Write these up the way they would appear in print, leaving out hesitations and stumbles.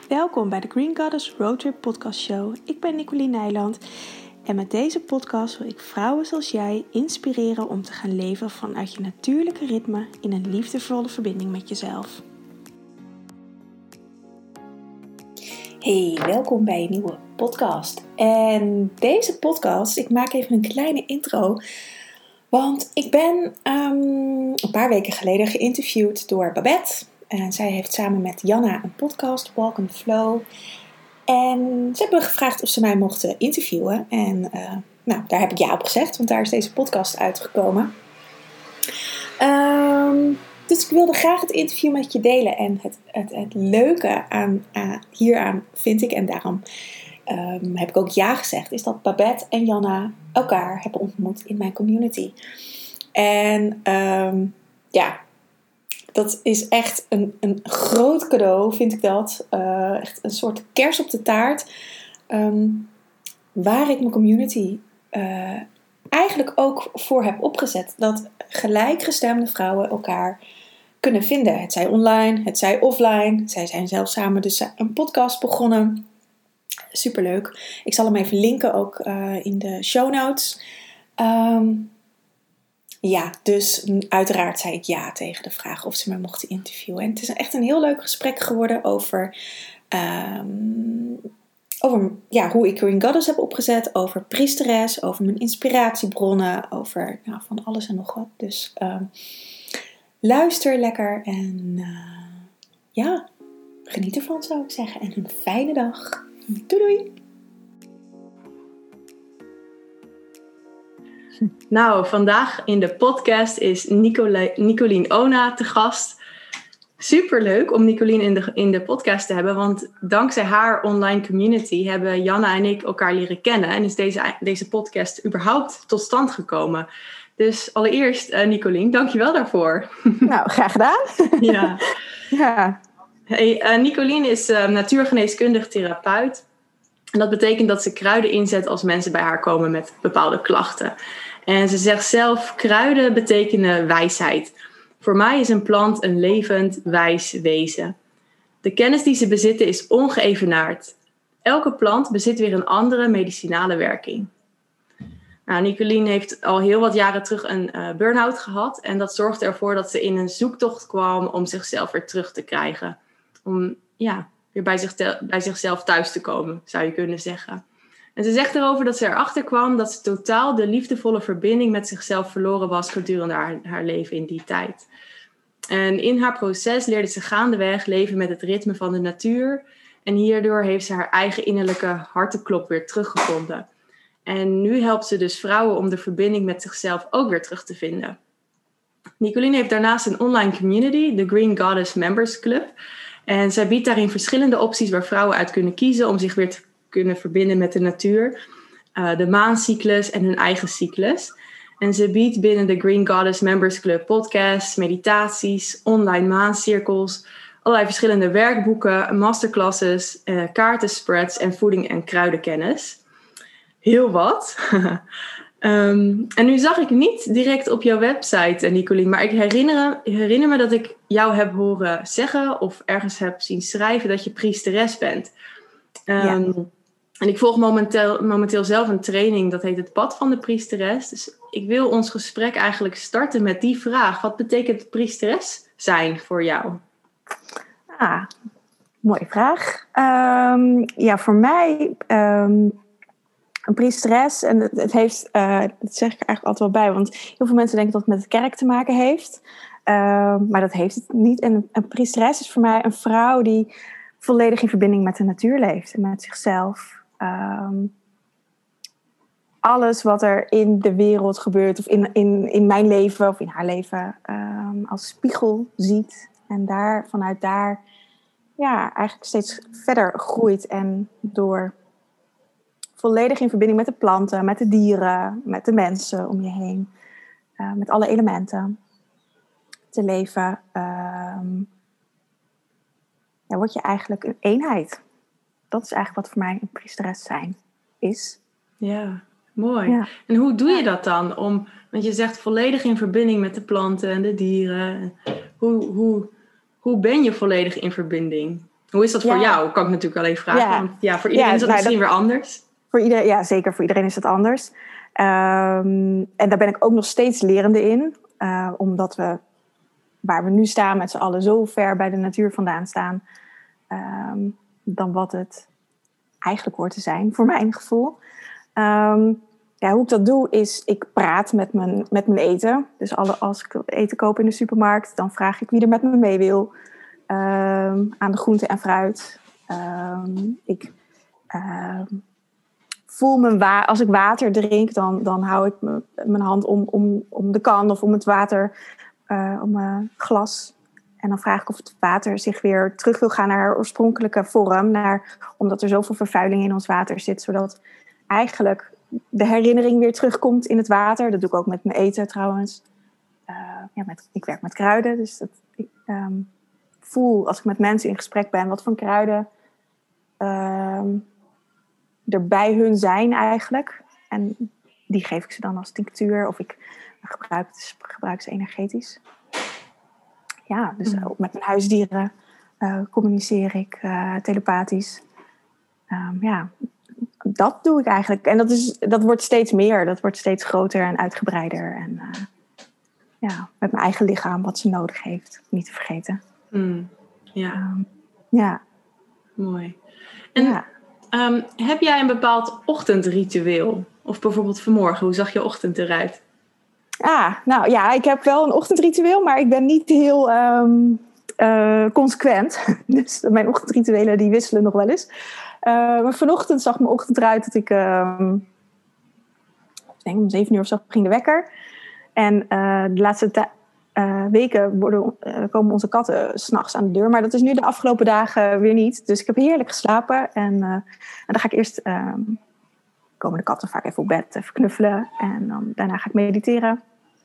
Welkom bij de Green Goddess Roadtrip Podcast Show. Ik ben Nicolien Nijland en met deze podcast wil ik vrouwen zoals jij inspireren om te gaan leven vanuit je natuurlijke ritme in een liefdevolle verbinding met jezelf. Hey, welkom bij een nieuwe podcast. En deze podcast, ik maak even een kleine intro, want ik ben een paar weken geleden geïnterviewd door Babette. En zij heeft samen met Janna een podcast, Walk and Flow. En ze hebben gevraagd of ze mij mochten interviewen. En daar heb ik ja op gezegd, want daar is deze podcast uitgekomen. Dus ik wilde graag het interview met je delen. En het leuke hieraan vind ik, en daarom heb ik ook ja gezegd, is dat Babette en Janna elkaar hebben ontmoet in mijn community. En dat is echt een groot cadeau, vind ik dat. Echt een soort kers op de taart. Waar ik mijn community eigenlijk ook voor heb opgezet. Dat gelijkgestemde vrouwen elkaar kunnen vinden. Het zij online, het zij offline. Zij zijn zelf samen dus een podcast begonnen. Superleuk. Ik zal hem even linken ook in de show notes. Dus uiteraard zei ik ja tegen de vraag of ze me mochten interviewen. En het is echt een heel leuk gesprek geworden over hoe ik Green Goddess heb opgezet. Over priesteres, over mijn inspiratiebronnen, over van alles en nog wat. Dus luister lekker en geniet ervan zou ik zeggen. En een fijne dag. Doei doei! Nou, vandaag in de podcast is Nicolien Ona te gast. Superleuk om Nicolien in de podcast te hebben, want dankzij haar online community hebben Janna en ik elkaar leren kennen en is deze podcast überhaupt tot stand gekomen. Dus allereerst, Nicolien, dankjewel daarvoor. Nou, graag gedaan. Ja. Hey, Nicolien is natuurgeneeskundig therapeut. En dat betekent dat ze kruiden inzet als mensen bij haar komen met bepaalde klachten. En ze zegt zelf, kruiden betekenen wijsheid. Voor mij is een plant een levend, wijs wezen. De kennis die ze bezitten is ongeëvenaard. Elke plant bezit weer een andere medicinale werking. Nou, Nicolien heeft al heel wat jaren terug een burn-out gehad. En dat zorgde ervoor dat ze in een zoektocht kwam om zichzelf weer terug te krijgen. Om weer bij zichzelf thuis te komen, zou je kunnen zeggen. En ze zegt erover dat ze erachter kwam dat ze totaal de liefdevolle verbinding met zichzelf verloren was gedurende haar leven in die tijd. En in haar proces leerde ze gaandeweg leven met het ritme van de natuur. En hierdoor heeft ze haar eigen innerlijke hartenklop weer teruggevonden. En nu helpt ze dus vrouwen om de verbinding met zichzelf ook weer terug te vinden. Nicolien heeft daarnaast een online community, de Green Goddess Members Club. En zij biedt daarin verschillende opties waar vrouwen uit kunnen kiezen om zich weer te kunnen verbinden met de natuur, de maancyclus en hun eigen cyclus. En ze biedt binnen de Green Goddess Members Club podcasts, meditaties, online maancirkels, allerlei verschillende werkboeken, masterclasses, kaartenspreads en voeding- en kruidenkennis. Heel wat. En nu zag ik niet direct op jouw website, Nicolien, maar ik herinner me dat ik jou heb horen zeggen of ergens heb zien schrijven dat je priesteres bent. En ik volg momenteel zelf een training, dat heet het Pad van de Priesteres. Dus ik wil ons gesprek eigenlijk starten met die vraag. Wat betekent priesteres zijn voor jou? Mooie vraag. Voor mij een priesteres, en het heeft, dat zeg ik er eigenlijk altijd wel bij, want heel veel mensen denken dat het met de kerk te maken heeft. Maar dat heeft het niet. En een priesteres is voor mij een vrouw die volledig in verbinding met de natuur leeft en met zichzelf. Alles wat er in de wereld gebeurt, of in mijn leven of in haar leven, als spiegel ziet. En vanuit daar eigenlijk steeds verder groeit en door volledig in verbinding met de planten, met de dieren, met de mensen om je heen, met alle elementen te leven, word je eigenlijk een eenheid. Dat is eigenlijk wat voor mij een priesteres zijn is. Ja, mooi. Ja. En hoe doe je dat dan? Want je zegt volledig in verbinding met de planten en de dieren. Hoe ben je volledig in verbinding? Hoe is dat voor jou? Kan ik natuurlijk alleen vragen. Ja. Want voor iedereen is dat misschien weer anders. Voor iedereen, ja, zeker. Voor iedereen is het anders. En daar ben ik ook nog steeds lerende in. Omdat we, waar we nu staan, met z'n allen zo ver bij de natuur vandaan staan. Dan wat het eigenlijk hoort te zijn, voor mijn gevoel. Hoe ik dat doe, is ik praat met mijn eten. Dus als ik eten koop in de supermarkt, dan vraag ik wie er met me mee wil. Aan de groente en fruit. Ik voel als ik water drink, dan hou ik mijn hand om de kan of om het water, om mijn glas. En dan vraag ik of het water zich weer terug wil gaan naar haar oorspronkelijke vorm. Omdat er zoveel vervuiling in ons water zit, zodat eigenlijk de herinnering weer terugkomt in het water. Dat doe ik ook met mijn eten trouwens. Ik werk met kruiden, dus ik voel als ik met mensen in gesprek ben wat voor kruiden er bij hun zijn eigenlijk. En die geef ik ze dan als tinctuur of ik gebruik ze energetisch. Ja, dus ook met mijn huisdieren communiceer ik telepathisch. Dat doe ik eigenlijk. En dat wordt steeds meer. Dat wordt steeds groter en uitgebreider. En met mijn eigen lichaam, wat ze nodig heeft. Niet te vergeten. Ja. Mooi. En heb jij een bepaald ochtendritueel? Of bijvoorbeeld vanmorgen, hoe zag je ochtend eruit? Ik heb wel een ochtendritueel, maar ik ben niet heel consequent. Dus mijn ochtendrituelen die wisselen nog wel eens. Maar vanochtend zag mijn ochtend eruit dat ik denk om 7 uur of zo ging de wekker. En de laatste weken komen onze katten 's nachts aan de deur. Maar dat is nu de afgelopen dagen weer niet. Dus ik heb heerlijk geslapen. En dan ga ik eerst komen de katten vaak even op bed, even knuffelen. En daarna ga ik mediteren.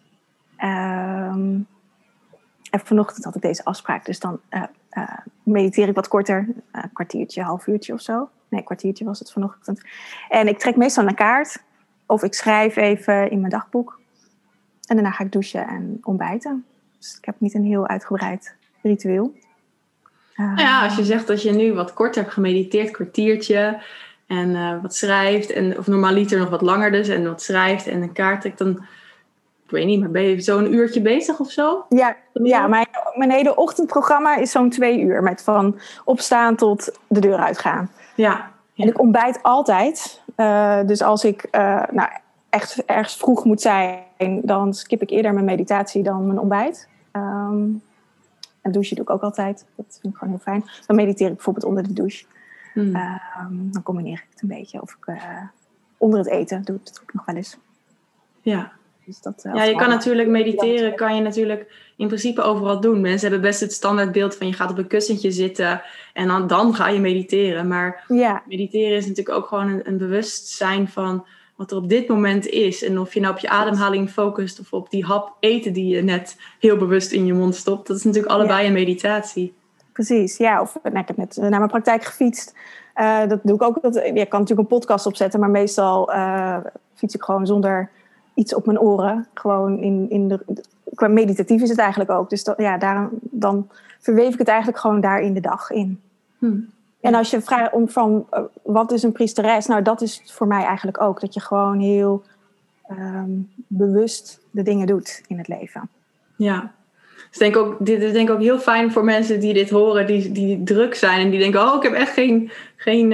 En vanochtend had ik deze afspraak. Dus dan mediteer ik wat korter. Een kwartiertje, half uurtje of zo. Nee, een kwartiertje was het vanochtend. En ik trek meestal een kaart. Of ik schrijf even in mijn dagboek. En daarna ga ik douchen en ontbijten. Dus ik heb niet een heel uitgebreid ritueel. Als je zegt dat je nu wat kort hebt gemediteerd, kwartiertje... en wat schrijft, of normaliter nog wat langer dus... en wat schrijft en een kaart trekt, dan... Ik weet niet, maar ben je zo'n uurtje bezig of zo? Ja, mijn hele ochtendprogramma is zo'n 2 uur. Met van opstaan tot de deur uitgaan. Ja. En ik ontbijt altijd. Dus als ik echt ergens vroeg moet zijn... dan skip ik eerder mijn meditatie dan mijn ontbijt. En douchen doe ik ook altijd. Dat vind ik gewoon heel fijn. Dan mediteer ik bijvoorbeeld onder de douche. Dan combineer ik het een beetje. Of ik onder het eten doe ik het ook nog wel eens. Ja. Dus je kan natuurlijk mediteren, kan je natuurlijk in principe overal doen. Mensen hebben best het standaardbeeld van je gaat op een kussentje zitten en dan ga je mediteren. Maar mediteren is natuurlijk ook gewoon een bewustzijn van wat er op dit moment is. En of je nou op je ademhaling focust of op die hap eten die je net heel bewust in je mond stopt. Dat is natuurlijk allebei een meditatie. Precies, ja. Of ik heb net naar mijn praktijk gefietst. Dat doe ik ook. Je kan natuurlijk een podcast opzetten, maar meestal fiets ik gewoon zonder... iets op mijn oren. Gewoon qua meditatief is het eigenlijk ook. Dus dan verweef ik het eigenlijk gewoon daar in de dag in. En als je vraagt van wat is een priesteres? Nou, dat is voor mij eigenlijk ook. Dat je gewoon heel bewust de dingen doet in het leven. Ja. Dus dit is denk ik ook heel fijn voor mensen die dit horen, die druk zijn en die denken, ik heb echt geen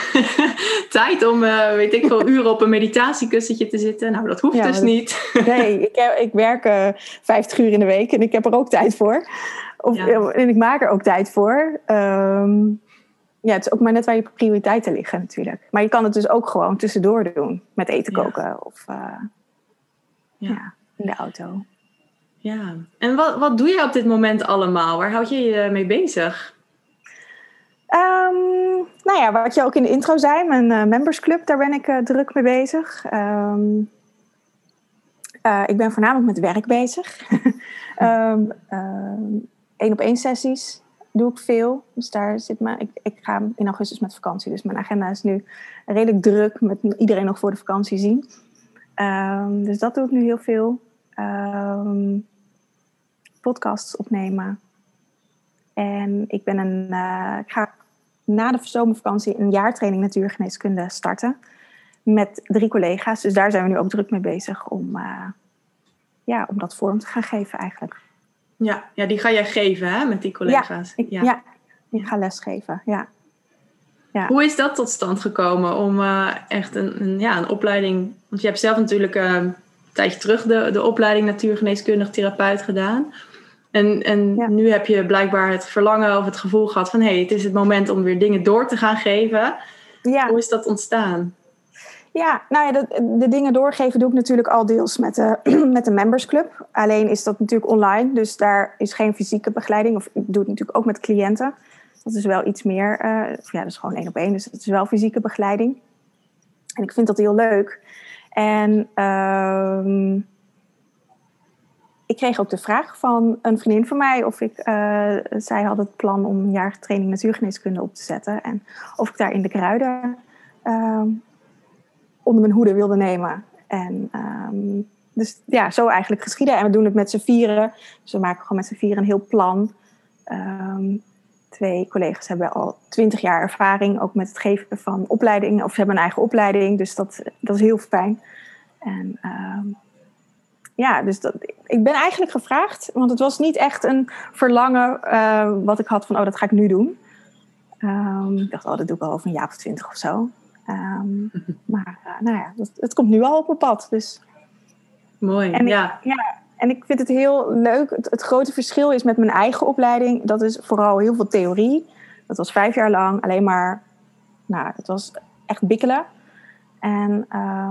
tijd om, uren op een meditatiekussentje te zitten. Nou, dat hoeft niet. Nee, ik werk 50 uur in de week en ik heb er ook tijd voor. En ik maak er ook tijd voor. Het is ook maar net waar je prioriteiten liggen natuurlijk. Maar je kan het dus ook gewoon tussendoor doen met eten koken of in de auto. Ja, en wat doe je op dit moment allemaal? Waar houd je je mee bezig? Wat je ook in de intro zei, mijn membersclub, daar ben ik druk mee bezig. Ik ben voornamelijk met werk bezig. 1-op-1 sessies doe ik veel. Dus daar zit ik ga in augustus met vakantie. Dus mijn agenda is nu redelijk druk met iedereen nog voor de vakantie zien. Dus dat doe ik nu heel veel. Podcasts opnemen. En ik ga na de zomervakantie een jaartraining natuurgeneeskunde starten. Met 3 collega's. Dus daar zijn we nu ook druk mee bezig om dat vorm te gaan geven eigenlijk. Ja, die ga jij geven hè, met die collega's. Ik ga lesgeven, ja. Hoe is dat tot stand gekomen om echt een opleiding... Want je hebt zelf natuurlijk een tijdje terug de opleiding natuurgeneeskundig therapeut gedaan. En nu heb je blijkbaar het verlangen of het gevoel gehad van... het is het moment om weer dingen door te gaan geven. Ja. Hoe is dat ontstaan? Ja, de dingen doorgeven doe ik natuurlijk al deels met de membersclub. Alleen is dat natuurlijk online, dus daar is geen fysieke begeleiding. Of ik doe het natuurlijk ook met cliënten. Dat is wel iets meer, dat is gewoon 1-op-1, dus dat is wel fysieke begeleiding. En ik vind dat heel leuk. En ik kreeg ook de vraag van een vriendin van mij of zij had het plan om een jaartraining natuurgeneeskunde op te zetten. En of ik daar in de kruiden onder mijn hoede wilde nemen. En dus ja, zo eigenlijk geschieden. En we doen het met z'n vieren. Dus we maken gewoon met z'n vieren een heel plan. 2 collega's hebben al 20 jaar ervaring, ook met het geven van opleidingen. Of ze hebben een eigen opleiding, dus dat is heel fijn. En dus ik ben eigenlijk gevraagd, want het was niet echt een verlangen wat ik had van, dat ga ik nu doen. Ik dacht, dat doe ik al over een jaar of 20 of zo. Maar het komt nu al op mijn pad. Dus. Mooi, En ik vind het heel leuk. Het grote verschil is met mijn eigen opleiding. Dat is vooral heel veel theorie. Dat was 5 jaar lang. Alleen maar... het was echt bikkelen. En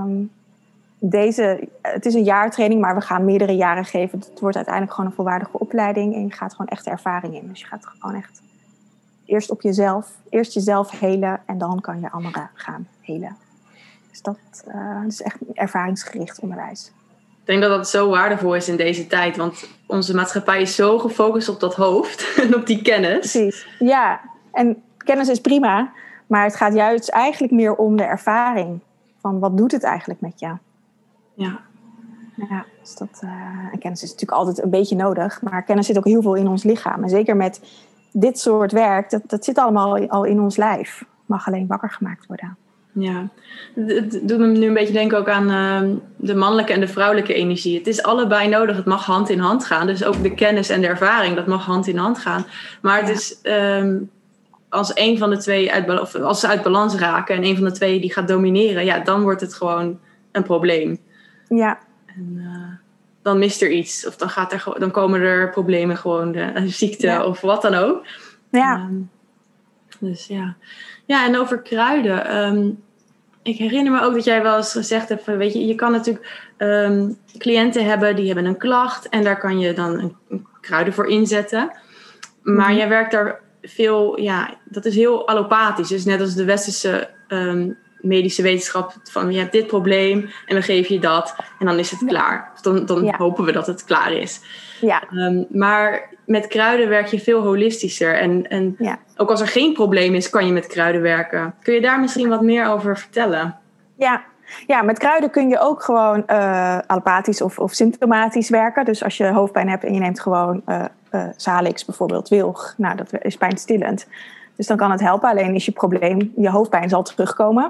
het is een jaartraining, maar we gaan meerdere jaren geven. Het wordt uiteindelijk gewoon een volwaardige opleiding. En je gaat gewoon echt de ervaring in. Dus je gaat gewoon echt eerst op jezelf. Eerst jezelf helen. En dan kan je anderen gaan helen. Dus dat is echt ervaringsgericht onderwijs. Ik denk dat dat zo waardevol is in deze tijd. Want onze maatschappij is zo gefocust op dat hoofd en op die kennis. Precies, ja. En kennis is prima. Maar het gaat juist eigenlijk meer om de ervaring. Van wat doet het eigenlijk met je? Ja. Ja, dus en kennis is natuurlijk altijd een beetje nodig. Maar kennis zit ook heel veel in ons lichaam. En zeker met dit soort werk, dat zit allemaal al in ons lijf. Mag alleen wakker gemaakt worden. Ja, het doet me nu een beetje denken ook aan de mannelijke en de vrouwelijke energie. Het is allebei nodig, het mag hand in hand gaan. Dus ook de kennis en de ervaring, dat mag hand in hand gaan. Maar het is als een van de twee als ze uit balans raken en een van de twee die gaat domineren, dan wordt het gewoon een probleem. Ja. En dan mist er iets of dan komen er problemen, gewoon ziekte of wat dan ook. Ja. Dus ja. Ja, en over kruiden. Ik herinner me ook dat jij wel eens gezegd hebt, weet je, je kan natuurlijk cliënten hebben die hebben een klacht en daar kan je dan een kruiden voor inzetten. Maar jij werkt daar veel, dat is heel allopathisch. Dus net als de westerse medische wetenschap van je hebt dit probleem en we geven je dat en dan is het klaar. Dan hopen we dat het klaar is. Ja. Maar met kruiden werk je veel holistischer. En ook als er geen probleem is, kan je met kruiden werken. Kun je daar misschien wat meer over vertellen? Ja, met kruiden kun je ook gewoon allopathisch of symptomatisch werken. Dus als je hoofdpijn hebt en je neemt gewoon Salix bijvoorbeeld, wilg. Dat is pijnstillend. Dus dan kan het helpen. Alleen is je hoofdpijn zal terugkomen.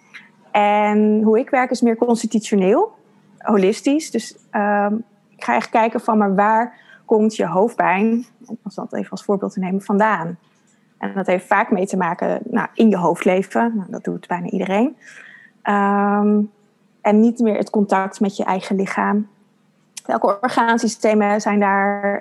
En hoe ik werk is meer constitutioneel, holistisch. Dus ik ga echt kijken van, maar waar komt je hoofdpijn, om dat even als voorbeeld te nemen, vandaan? En dat heeft vaak mee te maken in je hoofdleven. Dat doet bijna iedereen. En niet meer het contact met je eigen lichaam. Welke orgaansystemen zijn daar,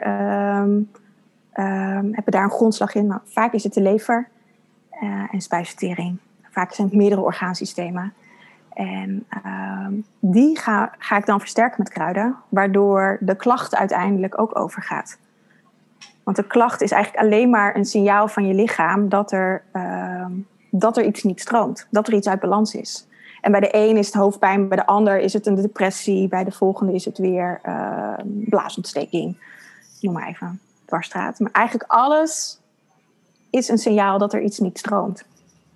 hebben daar een grondslag in? Vaak is het de lever en spijsvertering. Vaak zijn het meerdere orgaansystemen. En die ga ik dan versterken met kruiden, waardoor de klacht uiteindelijk ook overgaat. Want de klacht is eigenlijk alleen maar een signaal van je lichaam dat er iets niet stroomt, dat er iets uit balans is. En bij de een is het hoofdpijn, bij de ander is het een depressie, bij de volgende is het weer blaasontsteking. Noem maar even, dwarsstraat. Maar eigenlijk alles is een signaal dat er iets niet stroomt.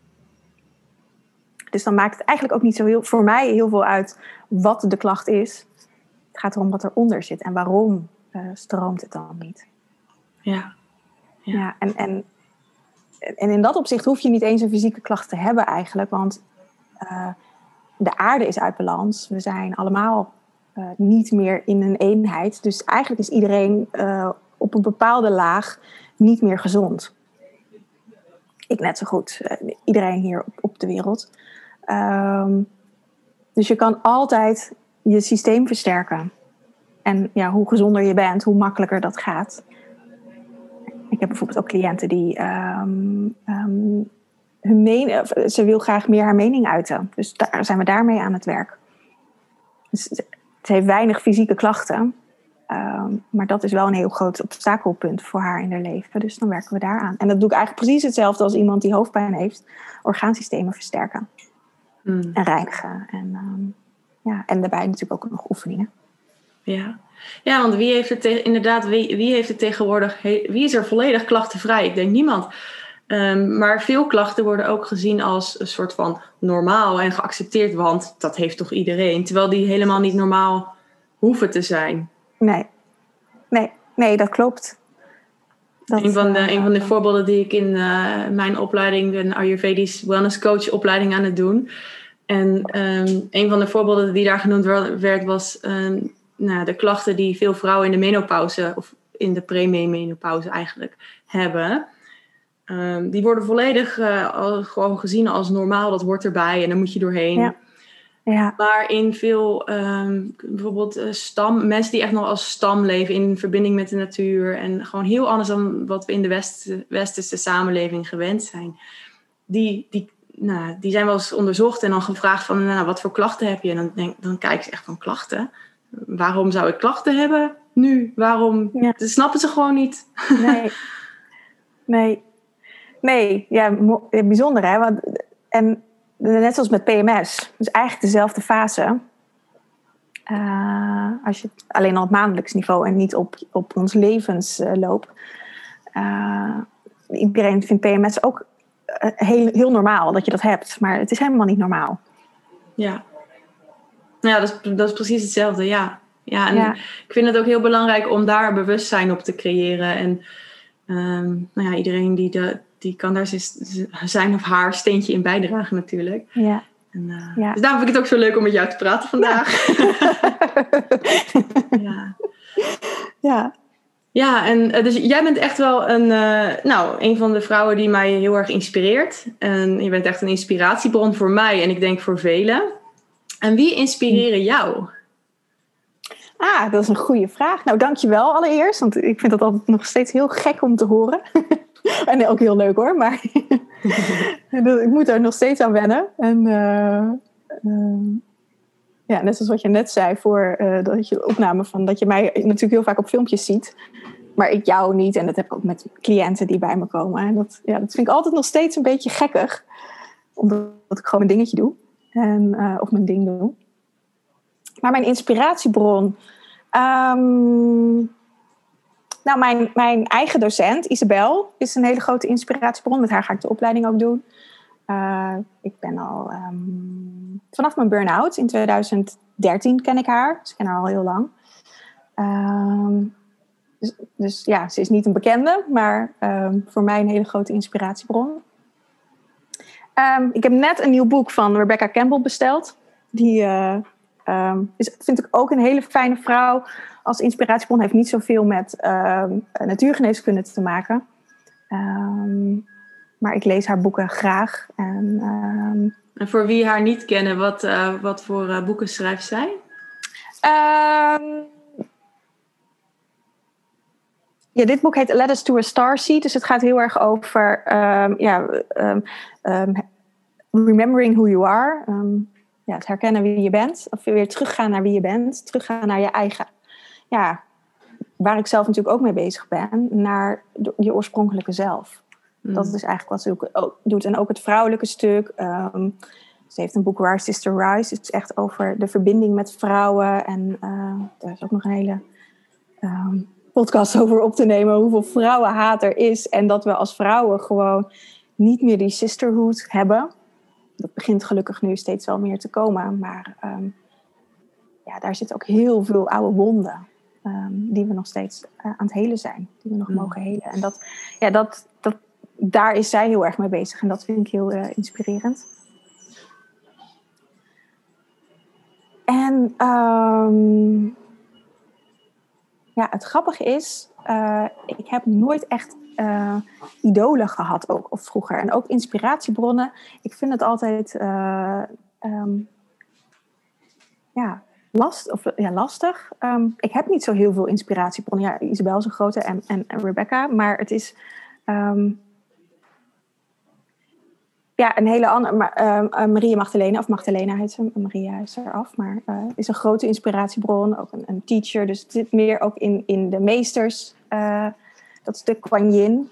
Dus dan maakt het eigenlijk ook niet voor mij heel veel uit wat de klacht is. Het gaat erom wat eronder zit en waarom stroomt het dan niet. Ja, en en in dat opzicht hoef je niet eens een fysieke klacht te hebben eigenlijk. Want de aarde is uit balans. We zijn allemaal niet meer in een eenheid. Dus eigenlijk is iedereen op een bepaalde laag niet meer gezond. Ik net zo goed. Iedereen hier op de wereld. Dus je kan altijd je systeem versterken. En ja, hoe gezonder je bent, hoe makkelijker dat gaat. Ik heb bijvoorbeeld ook cliënten die ze wil graag meer haar mening uiten. Dus daar zijn we daarmee aan het werk. Dus het heeft weinig fysieke klachten. Maar dat is wel een heel groot obstakelpunt voor haar in haar leven. Dus dan werken we daaraan. En dat doe ik eigenlijk precies hetzelfde als iemand die hoofdpijn heeft. Orgaansystemen versterken. En reinigen. En daarbij natuurlijk ook nog oefeningen. Ja, want wie heeft het tegenwoordig? Wie is er volledig klachtenvrij? Ik denk niemand. Maar veel klachten worden ook gezien als een soort van normaal en geaccepteerd, want dat heeft toch iedereen, terwijl die helemaal niet normaal hoeven te zijn. Nee, dat klopt. Een van de voorbeelden die ik in mijn opleiding, een Ayurvedisch wellness coach opleiding aan het doen. En een van de voorbeelden die daar genoemd werd was de klachten die veel vrouwen in de menopauze of in de premenopauze eigenlijk hebben. Die worden volledig gewoon gezien als normaal. Dat hoort erbij en daar moet je doorheen. Ja. Maar in veel, bijvoorbeeld mensen die echt nog als stam leven in verbinding met de natuur. En gewoon heel anders dan wat we in de westerse samenleving gewend zijn. Die zijn wel eens onderzocht en dan gevraagd van wat voor klachten heb je? En dan kijken ze echt van klachten. Waarom zou ik klachten hebben nu? Waarom? Ja. Dat snappen ze gewoon niet. Nee, ja, bijzonder hè. En net zoals met PMS, dus eigenlijk dezelfde fase. Als je alleen al op maandelijks niveau en niet op ons levensloop. Iedereen vindt PMS ook heel normaal dat je dat hebt, maar het is helemaal niet normaal. Ja, dat is precies hetzelfde, ja. Ik vind het ook heel belangrijk om daar bewustzijn op te creëren. En iedereen die kan daar zijn of haar steentje in bijdragen natuurlijk. Ja. Dus daarom vind ik het ook zo leuk om met jou te praten vandaag. Ja, en dus jij bent echt wel een van de vrouwen die mij heel erg inspireert. En je bent echt een inspiratiebron voor mij en ik denk voor velen. En wie inspireren jou? Dat is een goede vraag. Nou, dankjewel allereerst. Want ik vind dat altijd nog steeds heel gek om te horen. En ook heel leuk hoor. Maar ik moet er nog steeds aan wennen. En net zoals wat je net zei voor dat je opname van dat je mij natuurlijk heel vaak op filmpjes ziet. Maar ik jou niet. En dat heb ik ook met cliënten die bij me komen. En dat vind ik altijd nog steeds een beetje gekkig. Omdat ik gewoon mijn dingetje doe. Of mijn ding doe. Maar mijn inspiratiebron. Mijn eigen docent, Isabel, is een hele grote inspiratiebron. Met haar ga ik de opleiding ook doen. Ik ben al vanaf mijn burn-out in 2013 ken ik haar. Dus ik ken haar al heel lang. Dus ja, ze is niet een bekende, maar voor mij een hele grote inspiratiebron. Ik heb net een nieuw boek van Rebecca Campbell besteld. Die vind ik ook een hele fijne vrouw. Als inspiratiebron heeft niet zoveel met natuurgeneeskunde te maken. Maar ik lees haar boeken graag. En voor wie haar niet kennen, wat voor boeken schrijft zij? Dit boek heet Letters to a Starseed. Dus het gaat heel erg over remembering who you are. Het herkennen wie je bent. Of weer teruggaan naar wie je bent. Teruggaan naar je eigen... Ja, waar ik zelf natuurlijk ook mee bezig ben. Naar je oorspronkelijke zelf. Dat is eigenlijk wat ze ook doet. En ook het vrouwelijke stuk. Ze heeft een boek, Rise Sister Rise. Het is echt over de verbinding met vrouwen. En daar is ook nog een hele podcast over op te nemen. Hoeveel vrouwenhaat er is. En dat we als vrouwen gewoon niet meer die sisterhood hebben. Dat begint gelukkig nu steeds wel meer te komen. Maar daar zitten ook heel veel oude wonden. Die we nog steeds aan het helen zijn. Die we nog mogen helen. En daar is zij heel erg mee bezig. En dat vind ik heel inspirerend. En het grappige is, ik heb nooit echt idolen gehad ook, of vroeger. En ook inspiratiebronnen. Ik vind het altijd lastig. Ik heb niet zo heel veel inspiratiebronnen. Ja, Isabel is een grote en Rebecca. Maar het is een hele andere. Maria Magdalena, of Magdalena heet ze. Maria is eraf, maar is een grote inspiratiebron. Ook een teacher. Dus het zit meer ook in de meesters. Dat is de Kuan Yin.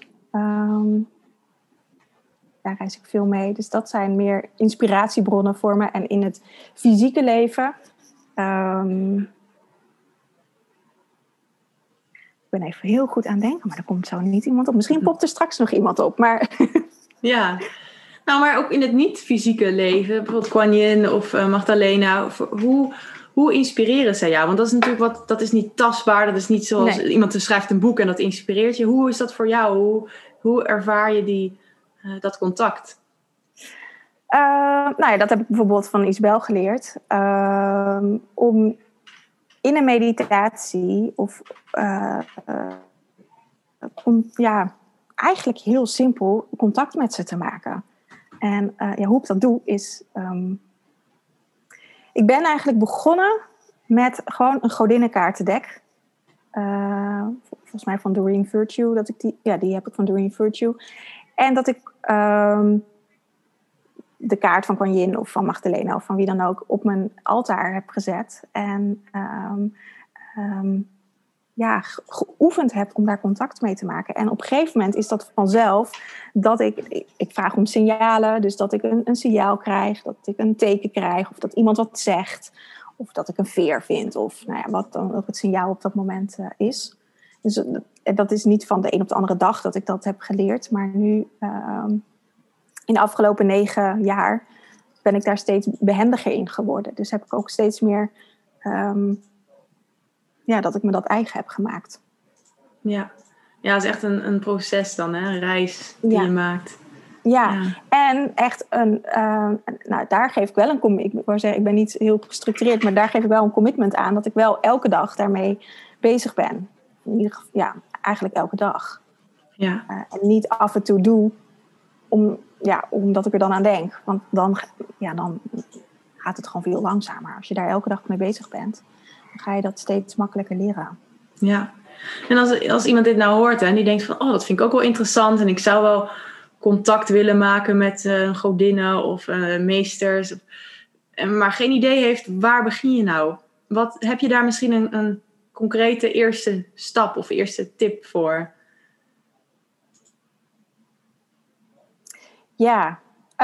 Daar reis ik veel mee. Dus dat zijn meer inspiratiebronnen voor me. En in het fysieke leven. Ik ben even heel goed aan het denken, maar er komt zo niet iemand op. Misschien popt er straks nog iemand op, maar... Ja, nou, maar ook in het niet-fysieke leven, bijvoorbeeld Kuan Yin of Magdalena, hoe inspireren zij jou? Want dat is natuurlijk dat is niet tastbaar, dat is niet zoals iemand schrijft een boek en dat inspireert je. Hoe is dat voor jou? Hoe ervaar je dat contact? Dat heb ik bijvoorbeeld van Isabel geleerd. Om in een meditatie eigenlijk heel simpel contact met ze te maken. En hoe ik dat doe is... ik ben eigenlijk begonnen met gewoon een godinnenkaartendek. Volgens mij van Doreen Virtue. Die heb ik van Doreen Virtue. En dat ik de kaart van Kuan Yin of van Magdalena of van wie dan ook op mijn altaar heb gezet. En geoefend heb om daar contact mee te maken. En op een gegeven moment is dat vanzelf dat ik vraag om signalen. Dus dat ik een signaal krijg, dat ik een teken krijg. Of dat iemand wat zegt. Of dat ik een veer vind. Of wat dan ook het signaal op dat moment is. Dus dat is niet van de een op de andere dag dat ik dat heb geleerd. Maar nu... in de afgelopen 9 jaar ben ik daar steeds behendiger in geworden. Dus heb ik ook steeds meer... dat ik me dat eigen heb gemaakt. Ja, het is echt een proces dan, hè? Een reis die je maakt. Ja, en echt daar geef ik wel een commitment. Ik wou zeggen, ik ben niet heel gestructureerd, maar daar geef ik wel een commitment aan dat ik wel elke dag daarmee bezig ben. In ieder geval, eigenlijk elke dag. Ja. En niet af en toe doe omdat ik er dan aan denk. Want dan gaat het gewoon veel langzamer. Als je daar elke dag mee bezig bent, dan ga je dat steeds makkelijker leren. Ja, en als iemand dit nou hoort en die denkt van... dat vind ik ook wel interessant en ik zou wel contact willen maken met godinnen of meesters. Maar geen idee heeft, waar begin je nou? Heb je daar misschien een concrete eerste stap of eerste tip voor? Ja,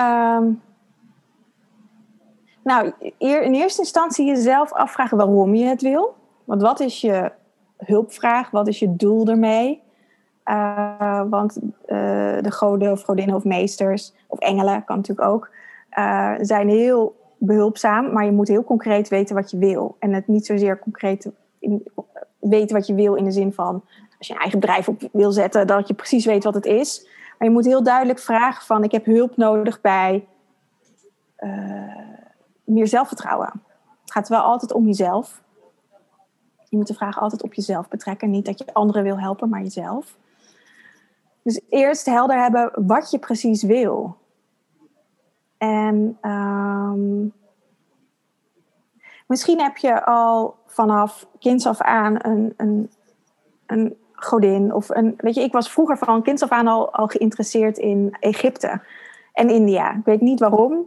in eerste instantie jezelf afvragen waarom je het wil. Want wat is je hulpvraag? Wat is je doel ermee? Want de goden of godinnen of meesters of engelen, kan natuurlijk ook, zijn heel behulpzaam. Maar je moet heel concreet weten wat je wil. En het niet zozeer concreet weten wat je wil in de zin van... als je een eigen bedrijf op wil zetten, dat je precies weet wat het is... Maar je moet heel duidelijk vragen van... ik heb hulp nodig bij meer zelfvertrouwen. Het gaat wel altijd om jezelf. Je moet de vraag altijd op jezelf betrekken. Niet dat je anderen wil helpen, maar jezelf. Dus eerst helder hebben wat je precies wil. En misschien heb je al vanaf kinds af aan een godin. Of ik was vroeger van kinds af aan al geïnteresseerd in Egypte en India. Ik weet niet waarom.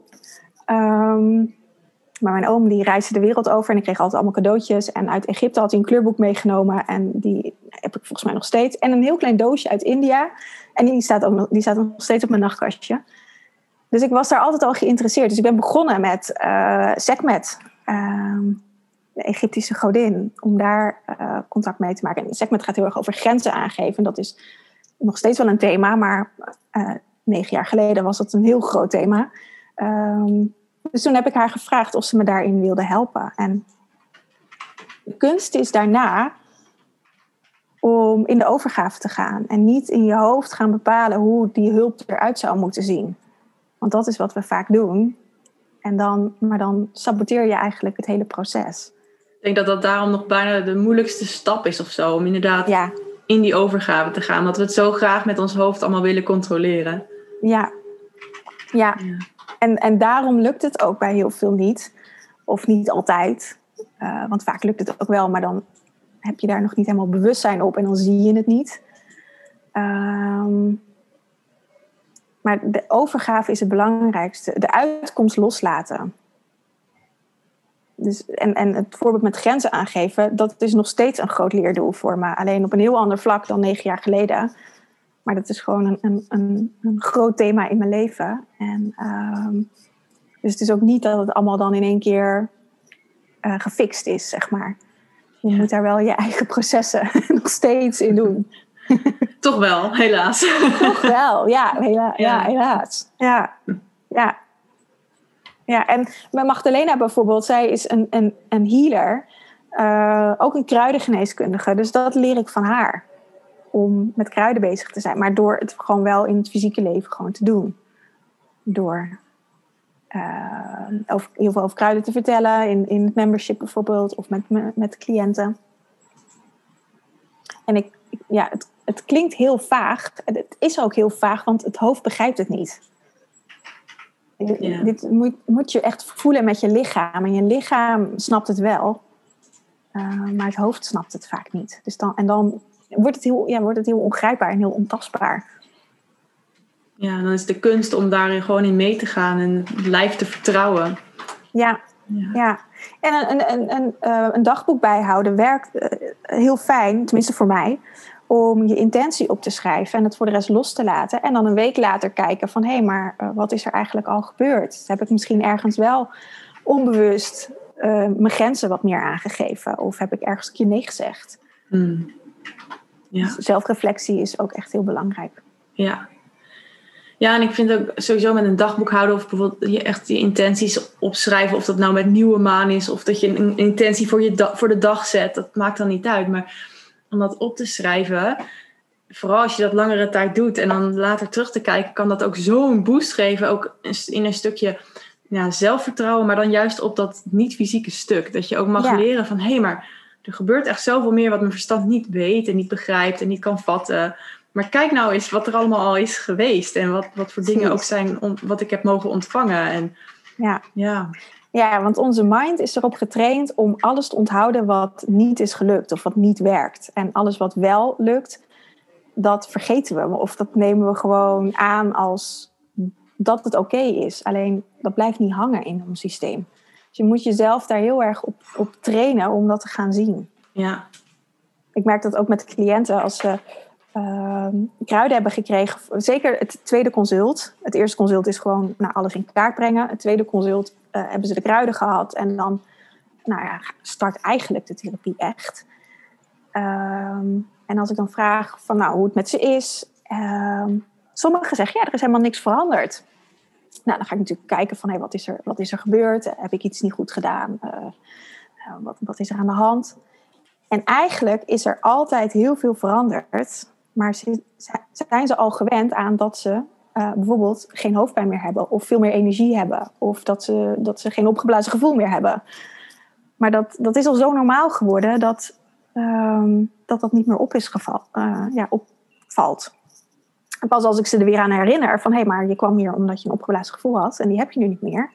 Maar mijn oom die reisde de wereld over en ik kreeg altijd allemaal cadeautjes. En uit Egypte had hij een kleurboek meegenomen en die heb ik volgens mij nog steeds. En een heel klein doosje uit India. En die staat nog steeds op mijn nachtkastje. Dus ik was daar altijd al geïnteresseerd. Dus ik ben begonnen met Sekhmet, de Egyptische godin, om daar contact mee te maken. En Sekhmet gaat heel erg over grenzen aangeven. Dat is nog steeds wel een thema, maar 9 jaar geleden was dat een heel groot thema. Dus toen heb ik haar gevraagd of ze me daarin wilde helpen. En de kunst is daarna om in de overgave te gaan. En niet in je hoofd gaan bepalen hoe die hulp eruit zou moeten zien. Want dat is wat we vaak doen. Maar dan saboteer je eigenlijk het hele proces. Ik denk dat dat daarom nog bijna de moeilijkste stap is of zo. Om inderdaad in die overgave te gaan. Dat we het zo graag met ons hoofd allemaal willen controleren. Ja. En daarom lukt het ook bij heel veel niet. Of niet altijd. Want vaak lukt het ook wel, maar dan heb je daar nog niet helemaal bewustzijn op en dan zie je het niet. Maar de overgave is het belangrijkste. De uitkomst loslaten. Dus, en het voorbeeld met grenzen aangeven, dat is nog steeds een groot leerdoel voor me. Alleen op een heel ander vlak dan 9 jaar geleden. Maar dat is gewoon een groot thema in mijn leven. Dus het is ook niet dat het allemaal dan in één keer gefixt is, zeg maar. Je moet daar wel je eigen processen nog steeds in doen. Toch wel, helaas. Toch wel, helaas. Ja, en met Magdalena bijvoorbeeld, zij is een healer. Ook een kruidengeneeskundige. Dus dat leer ik van haar. Om met kruiden bezig te zijn. Maar door het gewoon wel in het fysieke leven gewoon te doen. Door heel veel over kruiden te vertellen. In het membership bijvoorbeeld. Of met cliënten. En het klinkt heel vaag. Het is ook heel vaag, want het hoofd begrijpt het niet. Dit moet je echt voelen met je lichaam. En je lichaam snapt het wel. Maar het hoofd snapt het vaak niet. Dus dan wordt het heel ongrijpbaar en heel ontastbaar. Ja, dan is de kunst om daarin gewoon in mee te gaan en het lijf te vertrouwen. Ja. En een dagboek bijhouden werkt heel fijn, tenminste voor mij, om je intentie op te schrijven en het voor de rest los te laten. En dan een week later kijken van, hé, maar wat is er eigenlijk al gebeurd? Heb ik misschien ergens wel onbewust mijn grenzen wat meer aangegeven? Of heb ik ergens een keer nee gezegd? Dus zelfreflectie is ook echt heel belangrijk. Ja, en ik vind ook sowieso met een dagboek houden of bijvoorbeeld echt je intenties opschrijven. Of dat nou met nieuwe maan is of dat je een intentie voor de dag zet. Dat maakt dan niet uit. Maar om dat op te schrijven, vooral als je dat langere tijd doet en dan later terug te kijken, kan dat ook zo'n boost geven. Ook in een stukje zelfvertrouwen, maar dan juist op dat niet-fysieke stuk. Dat je ook mag leren van, hé, maar er gebeurt echt zoveel meer wat mijn verstand niet weet en niet begrijpt en niet kan vatten. Maar kijk nou eens wat er allemaal al is geweest. En wat voor dingen ook zijn wat ik heb mogen ontvangen. En, ja, want onze mind is erop getraind om alles te onthouden wat niet is gelukt. Of wat niet werkt. En alles wat wel lukt, dat vergeten we. Of dat nemen we gewoon aan als dat het oké is. Alleen dat blijft niet hangen in ons systeem. Dus je moet jezelf daar heel erg op trainen om dat te gaan zien. Ja. Ik merk dat ook met cliënten als ze kruiden hebben gekregen. Zeker het tweede consult. Het eerste consult is gewoon alles in kaart brengen. Het tweede consult hebben ze de kruiden gehad. En dan start eigenlijk de therapie echt. En als ik dan vraag van hoe het met ze is. Sommigen zeggen er is helemaal niks veranderd. Nou, dan ga ik natuurlijk kijken van wat is er gebeurd? Heb ik iets niet goed gedaan? Wat is er aan de hand? En eigenlijk is er altijd heel veel veranderd. Maar zijn ze al gewend aan dat ze bijvoorbeeld geen hoofdpijn meer hebben. Of veel meer energie hebben. Of dat ze geen opgeblazen gevoel meer hebben. Maar dat is al zo normaal geworden dat niet meer opvalt. En pas als ik ze er weer aan herinner van, hé, maar je kwam hier omdat je een opgeblazen gevoel had. En die heb je nu niet meer.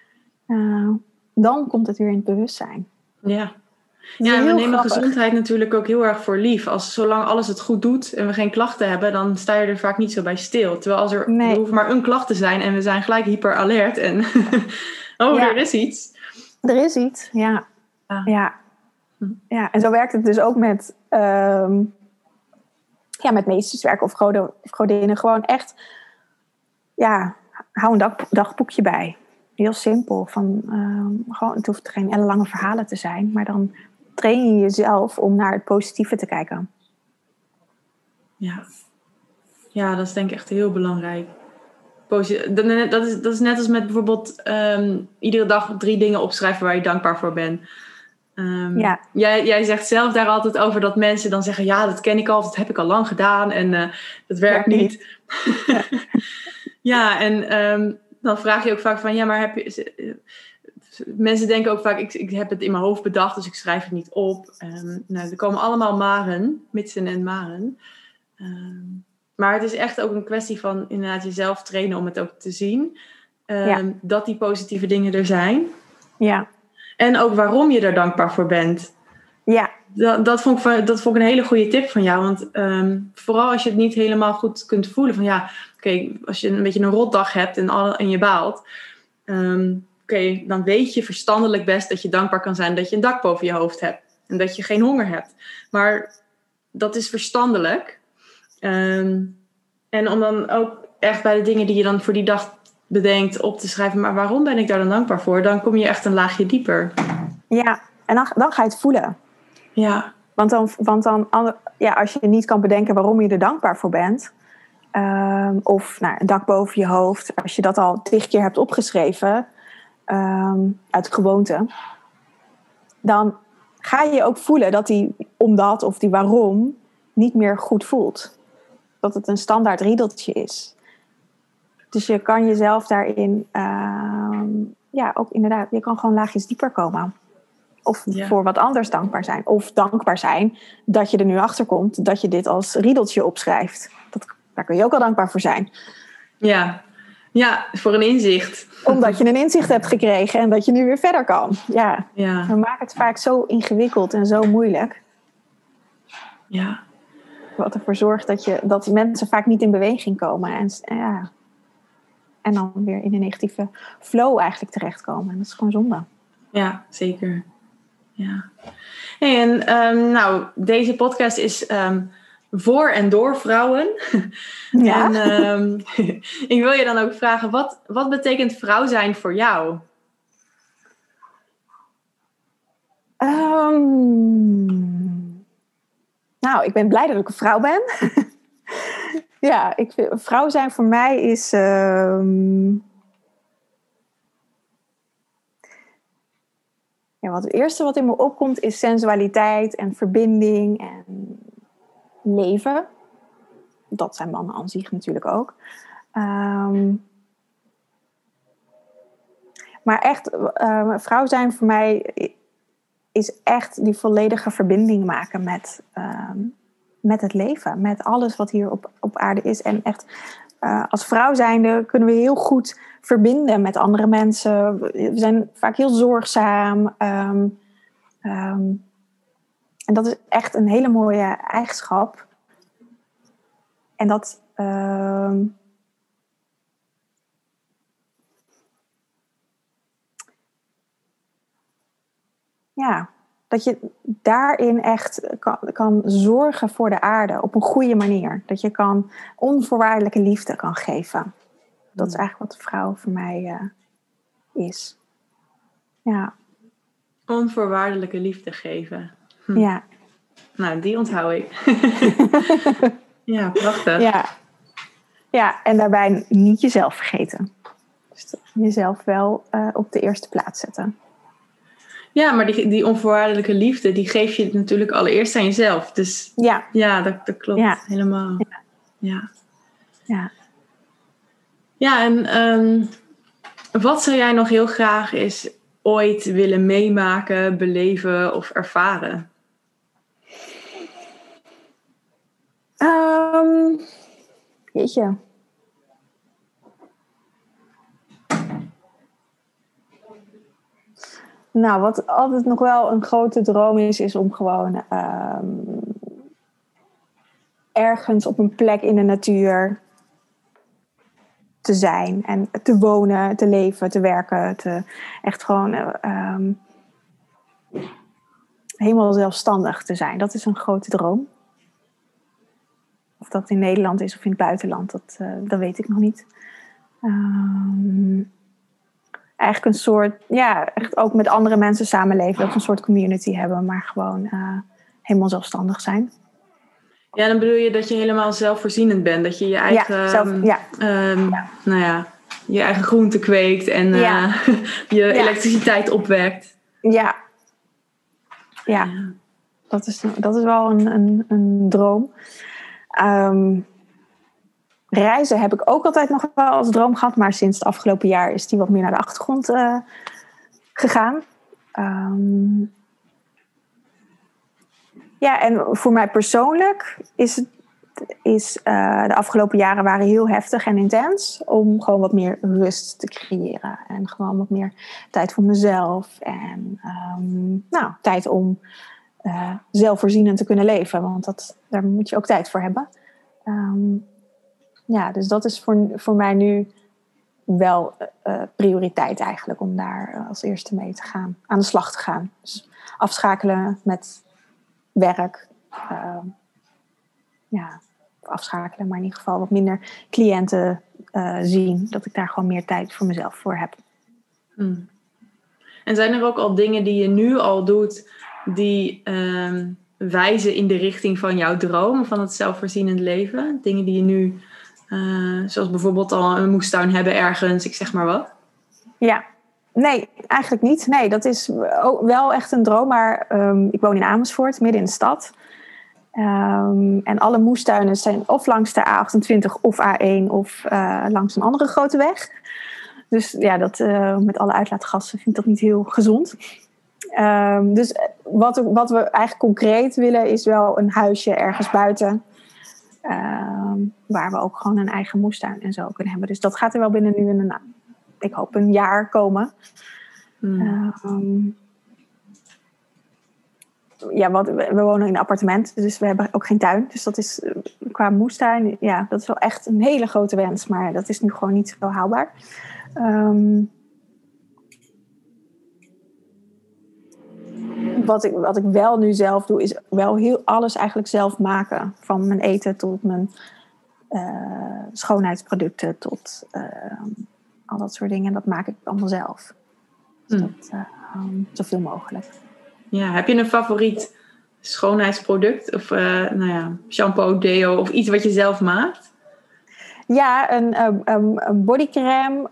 Dan komt het weer in het bewustzijn. Ja. Ja, en we nemen gezondheid natuurlijk ook heel erg voor lief. Zolang alles het goed doet en we geen klachten hebben, dan sta je er vaak niet zo bij stil. Terwijl als er hoeft maar een klacht te zijn en we zijn gelijk hyper alert en er is iets. Er is iets, ja. En zo werkt het dus ook met meesterswerk of godinnen. Gewoon echt, hou een dagboekje bij. Heel simpel. Het hoeft geen ellenlange verhalen te zijn. Maar dan train je jezelf om naar het positieve te kijken. Ja, dat is denk ik echt heel belangrijk. Dat is net als met bijvoorbeeld iedere dag 3 dingen opschrijven waar je dankbaar voor bent. Jij zegt zelf daar altijd over dat mensen dan zeggen... ja, dat ken ik al, dat heb ik al lang gedaan en dat werkt niet. Ja, ja en dan vraag je ook vaak van... ja, maar heb je... mensen denken ook vaak, ik heb het in mijn hoofd bedacht... dus ik schrijf het niet op. Er komen allemaal maren, mitsen en maren. Maar het is echt ook een kwestie van inderdaad jezelf trainen... om het ook te zien. Dat die positieve dingen er zijn. Ja. En ook waarom je er dankbaar voor bent. Ja. Dat vond ik een hele goede tip van jou. Want vooral als je het niet helemaal goed kunt voelen. Van ja, oké, als je een beetje een rotdag hebt en je baalt. Dan weet je verstandelijk best dat je dankbaar kan zijn. Dat je een dak boven je hoofd hebt. En dat je geen honger hebt. Maar dat is verstandelijk. En om dan ook echt bij de dingen die je dan voor die dag bedenkt op te schrijven. Maar waarom ben ik daar dan dankbaar voor? Dan kom je echt een laagje dieper. Ja, en dan ga je het voelen. Ja. Want dan als je niet kan bedenken waarom je er dankbaar voor bent. Of een dak boven je hoofd. Als je dat al 10 keer hebt opgeschreven. Uit gewoonte. Dan ga je ook voelen dat die omdat of die waarom niet meer goed voelt. Dat het een standaard riedeltje is. Dus je kan jezelf daarin... ook inderdaad, je kan gewoon laagjes dieper komen. Of voor wat anders dankbaar zijn. Of dankbaar zijn dat je er nu achter komt dat je dit als riedeltje opschrijft. Daar kun je ook al dankbaar voor zijn. Ja, voor een inzicht. Omdat je een inzicht hebt gekregen en dat je nu weer verder kan. Ja. We maken het vaak zo ingewikkeld en zo moeilijk. Ja. Wat ervoor zorgt dat mensen vaak niet in beweging komen. En dan weer in een negatieve flow eigenlijk terechtkomen. En dat is gewoon zonde. Ja, zeker. Ja. Hey, en deze podcast is voor en door vrouwen. Ja. En ik wil je dan ook vragen, wat betekent vrouw zijn voor jou? Ik ben blij dat ik een vrouw ben. Ja, vrouw zijn voor mij is... het eerste wat in me opkomt is sensualiteit en verbinding en leven. Dat zijn mannen aan zich natuurlijk ook. Maar echt, vrouw zijn voor mij is echt die volledige verbinding maken met het leven. Met alles wat hier op aarde is. En echt, als vrouw zijnde kunnen we heel goed verbinden met andere mensen. We zijn vaak heel zorgzaam. En dat is echt een hele mooie eigenschap. En dat... dat je daarin echt kan zorgen voor de aarde op een goede manier. Dat je onvoorwaardelijke liefde kan geven. Dat is eigenlijk wat de vrouw voor mij is. Ja. Onvoorwaardelijke liefde geven. Ja. Nou, die onthoud ik. Ja, prachtig. Ja, en daarbij niet jezelf vergeten. Dus jezelf wel op de eerste plaats zetten. Ja, maar die onvoorwaardelijke liefde, die geef je natuurlijk allereerst aan jezelf. Dus dat klopt helemaal. Ja, en wat zou jij nog heel graag eens ooit willen meemaken, beleven of ervaren? Jeetje. Nou, wat altijd nog wel een grote droom is om gewoon ergens op een plek in de natuur te zijn. En te wonen, te leven, te werken. Echt gewoon helemaal zelfstandig te zijn. Dat is een grote droom. Of dat in Nederland is of in het buitenland, dat weet ik nog niet. Eigenlijk een soort, echt ook met andere mensen samenleven. Dat we een soort community hebben, maar gewoon helemaal zelfstandig zijn. Ja, dan bedoel je dat je helemaal zelfvoorzienend bent. Dat je je eigen, je eigen groente kweekt en je elektriciteit opwekt. Ja, dat is wel een droom. Reizen heb ik ook altijd nog wel als droom gehad. Maar sinds het afgelopen jaar is die wat meer naar de achtergrond gegaan. Ja, en voor mij persoonlijk is de afgelopen jaren waren heel heftig en intens. Om gewoon wat meer rust te creëren. En gewoon wat meer tijd voor mezelf. En tijd om zelfvoorzienend te kunnen leven. Want daar moet je ook tijd voor hebben. Dus dat is voor mij nu wel prioriteit eigenlijk. Om daar als eerste mee te gaan. Aan de slag te gaan. Dus afschakelen met werk. Afschakelen. Maar in ieder geval wat minder cliënten zien. Dat ik daar gewoon meer tijd voor mezelf voor heb. En zijn er ook al dingen die je nu al doet... die wijzen in de richting van jouw droom... van het zelfvoorzienend leven? Dingen die je nu... zoals bijvoorbeeld al een moestuin hebben ergens, ik zeg maar wat. Ja, nee, eigenlijk niet. Nee, dat is wel echt een droom. Maar ik woon in Amersfoort, midden in de stad. En alle moestuinen zijn of langs de A28 of A1... of langs een andere grote weg. Dus ja, dat met alle uitlaatgassen vind ik dat niet heel gezond. Dus wat we eigenlijk concreet willen... is wel een huisje ergens buiten... waar we ook gewoon een eigen moestuin en zo kunnen hebben. Dus dat gaat er wel binnen nu ik hoop een jaar komen. We wonen in een appartement, dus we hebben ook geen tuin. Dus dat is qua moestuin, dat is wel echt een hele grote wens. Maar dat is nu gewoon niet zo haalbaar. Wat ik wel nu zelf doe, is wel heel alles eigenlijk zelf maken. Van mijn eten tot mijn schoonheidsproducten tot al dat soort dingen. Dat maak ik allemaal zelf. Dus dat zoveel mogelijk. Ja, heb je een favoriet schoonheidsproduct? Of shampoo, deo of iets wat je zelf maakt? Ja, een bodycrème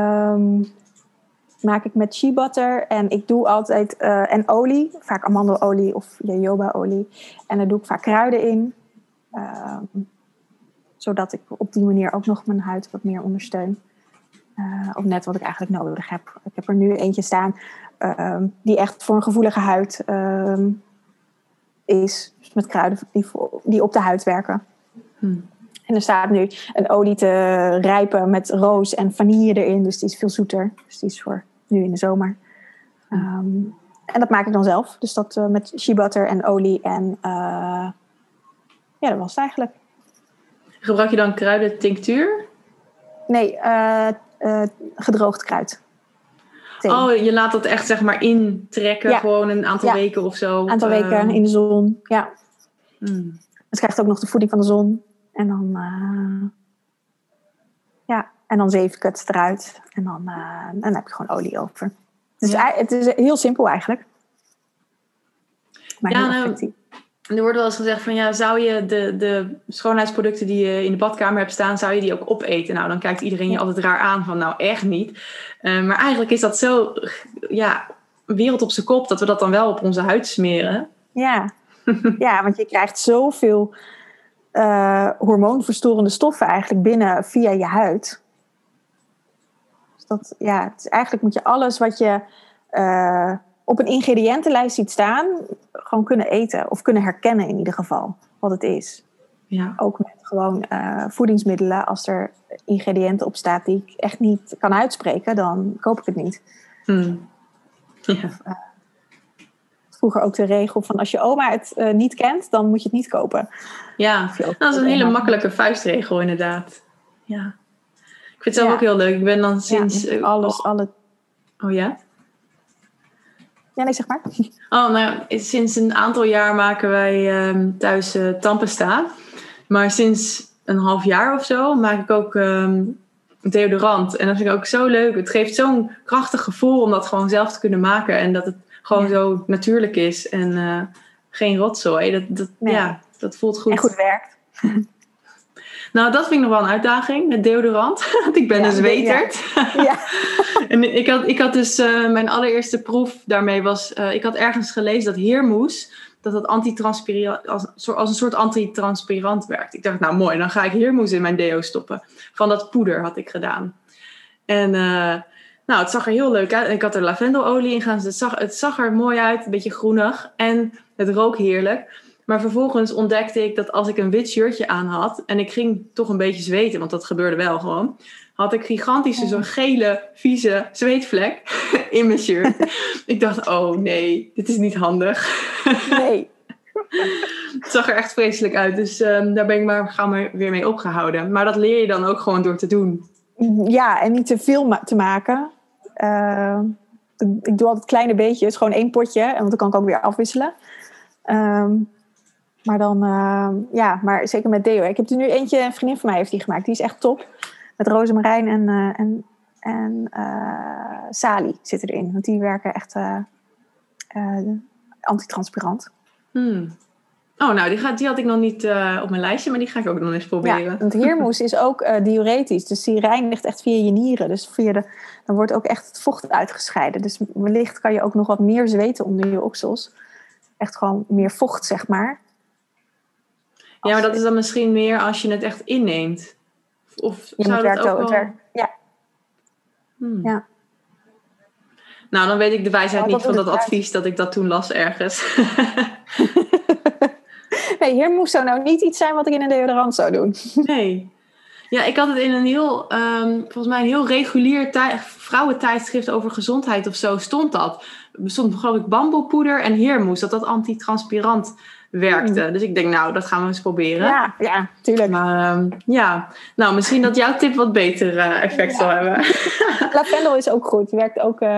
maak ik met shea butter. En ik doe altijd en olie. Vaak amandelolie of jojobaolie. En daar doe ik vaak kruiden in. Zodat ik op die manier ook nog mijn huid wat meer ondersteun. Of net wat ik eigenlijk nodig heb. Ik heb er nu eentje staan die echt voor een gevoelige huid is. Dus met kruiden die op de huid werken. En er staat nu een olie te rijpen met roos en vanille erin. Dus die is veel zoeter. Dus die is voor nu in de zomer. En dat maak ik dan zelf. Dus dat met shea butter en olie. En dat was het eigenlijk. Gebruik je dan kruidentinctuur? Nee, gedroogd kruid. Thee. Oh, je laat dat echt zeg maar intrekken. Ja. Gewoon een aantal weken of zo. Een aantal weken in de zon, ja. Het krijgt ook nog de voeding van de zon. En dan... en dan zeef ik het eruit. En dan heb ik gewoon olie over. Dus het is heel simpel eigenlijk. Maar heel effectief. Er wordt wel eens gezegd van zou je de schoonheidsproducten die je in de badkamer hebt staan, zou je die ook opeten? Nou, dan kijkt iedereen je altijd raar aan van echt niet. Maar eigenlijk is dat zo wereld op zijn kop dat we dat dan wel op onze huid smeren. Ja, want je krijgt zoveel hormoonverstorende stoffen eigenlijk binnen via je huid. Dus eigenlijk moet je alles wat je op een ingrediëntenlijst ziet staan, gewoon kunnen eten. Of kunnen herkennen in ieder geval wat het is. Ja. Ook met gewoon voedingsmiddelen. Als er ingrediënten op staan die ik echt niet kan uitspreken, dan koop ik het niet. Vroeger ook de regel van als je oma het niet kent, dan moet je het niet kopen. Ja, dat is een hele makkelijke vuistregel inderdaad. Ja. Ik vind het zelf ook heel leuk. Ik ben dan sinds... alle... Oh ja? Ja, nee, zeg maar. Sinds een aantal jaar maken wij thuis tandpasta. Maar sinds een half jaar of zo maak ik ook deodorant. En dat vind ik ook zo leuk. Het geeft zo'n krachtig gevoel om dat gewoon zelf te kunnen maken. En dat het gewoon zo natuurlijk is. En geen rotzooi. Dat voelt goed. En goed werkt. Nou, dat vind ik nog wel een uitdaging met deodorant. Want ik ben een zweterd. En ik had dus mijn allereerste proef daarmee was... ik had ergens gelezen dat heermoes... dat antitranspirant, als een soort antitranspirant werkt. Ik dacht, nou mooi, dan ga ik heermoes in mijn deo stoppen. Van dat poeder had ik gedaan. En nou, het zag er heel leuk uit. Ik had er lavendelolie in gaan. Het zag er mooi uit, een beetje groenig. En het rook heerlijk. Maar vervolgens ontdekte ik dat als ik een wit shirtje aan had... en ik ging toch een beetje zweten, want dat gebeurde wel gewoon... had ik gigantische, zo'n gele, vieze zweetvlek in mijn shirt. Ik dacht, oh nee, dit is niet handig. Nee. Het zag er echt vreselijk uit. Dus daar ben ik maar weer mee opgehouden. Maar dat leer je dan ook gewoon door te doen. Ja, en niet te veel te maken. Ik doe altijd kleine beetjes, gewoon 1 potje. Want dan kan ik ook weer afwisselen. Maar dan, maar zeker met deo. Ik heb er nu eentje, een vriendin van mij heeft die gemaakt. Die is echt top. Met rozemarijn en salie zitten erin. Want die werken echt antitranspirant. Oh, nou, die had ik nog niet op mijn lijstje, maar die ga ik ook nog eens proberen. Ja, want heermoes is ook diuretisch. Dus die reinigt echt via je nieren. Dus dan wordt ook echt het vocht uitgescheiden. Dus wellicht kan je ook nog wat meer zweten onder je oksels. Echt gewoon meer vocht, zeg maar. Ja, maar dat is dan misschien meer als je het echt inneemt. Of zou dat ook wel... Ja. Ja. Nou, dan weet ik de wijsheid niet van dat advies dat ik dat toen las ergens. Nee, heermoes zou nou niet iets zijn wat ik in een deodorant zou doen. Nee. Ja, ik had het in een heel, volgens mij een heel regulier vrouwentijdschrift over gezondheid of zo stond dat. Er stond geloof ik bamboepoeder en heermoes, dat antitranspirant werkte. Dus ik denk, nou, dat gaan we eens proberen. Ja, tuurlijk. Maar nou, misschien dat jouw tip wat beter effect zal hebben. Lavendel is ook goed. Die werkt ook...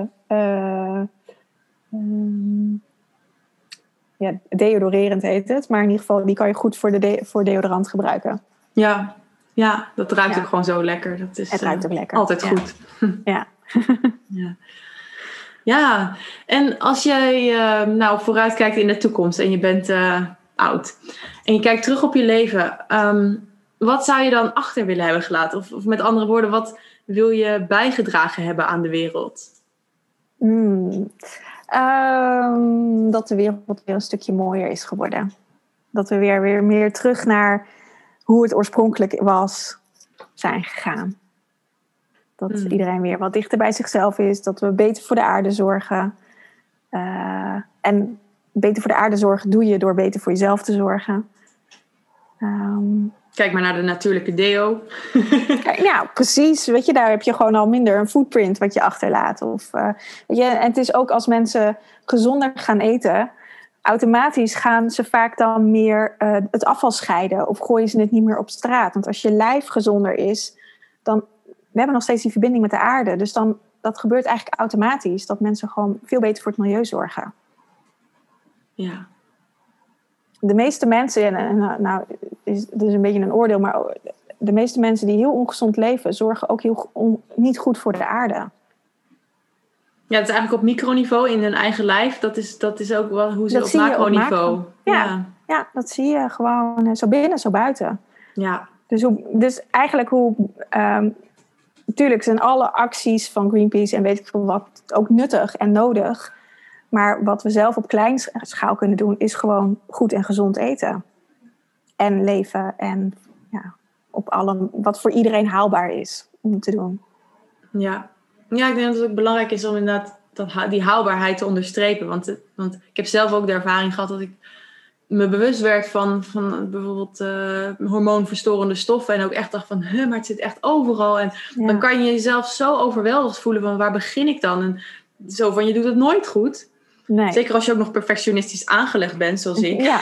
deodorerend heet het. Maar in ieder geval, die kan je goed voor deodorant gebruiken. Ja, dat ruikt ook gewoon zo lekker. Dat is, het ruikt ook lekker. Altijd goed. Ja. Ja, en als jij vooruit kijkt in de toekomst en je bent oud. En je kijkt terug op je leven. Wat zou je dan achter willen hebben gelaten? Of met andere woorden, wat wil je bijgedragen hebben aan de wereld? Dat de wereld weer een stukje mooier is geworden. Dat we weer meer terug naar hoe het oorspronkelijk zijn gegaan. Dat iedereen weer wat dichter bij zichzelf is. Dat we beter voor de aarde zorgen. En beter voor de aarde zorgen doe je door beter voor jezelf te zorgen. Kijk maar naar de natuurlijke deo. Ja, precies. Weet je, daar heb je gewoon al minder een footprint wat je achterlaat. En het is ook als mensen gezonder gaan eten, automatisch gaan ze vaak dan meer het afval scheiden of gooien ze het niet meer op straat. Want als je lijf gezonder is, dan we hebben nog steeds die verbinding met de aarde. Dus dan dat gebeurt eigenlijk automatisch, dat mensen gewoon veel beter voor het milieu zorgen. Ja. De meeste mensen, nou, is een beetje een oordeel, maar de meeste mensen die heel ongezond leven, zorgen ook niet goed voor de aarde. Ja, het is eigenlijk op microniveau in hun eigen lijf. Dat is ook wel hoe ze op macroniveau. Ja, dat zie je gewoon zo binnen, zo buiten. Ja. Dus eigenlijk natuurlijk zijn alle acties van Greenpeace en weet ik veel wat ook nuttig en nodig. Maar wat we zelf op kleine schaal kunnen doen, is gewoon goed en gezond eten. En leven en op wat voor iedereen haalbaar is om te doen. Ja, ik denk dat het ook belangrijk is om inderdaad die haalbaarheid te onderstrepen. Want ik heb zelf ook de ervaring gehad dat ik me bewust werd van bijvoorbeeld hormoonverstorende stoffen. En ook echt dacht van, maar het zit echt overal. En dan kan je jezelf zo overweldigd voelen van, waar begin ik dan? En zo van, je doet het nooit goed. Nee. Zeker als je ook nog perfectionistisch aangelegd bent, zoals ik. Ja.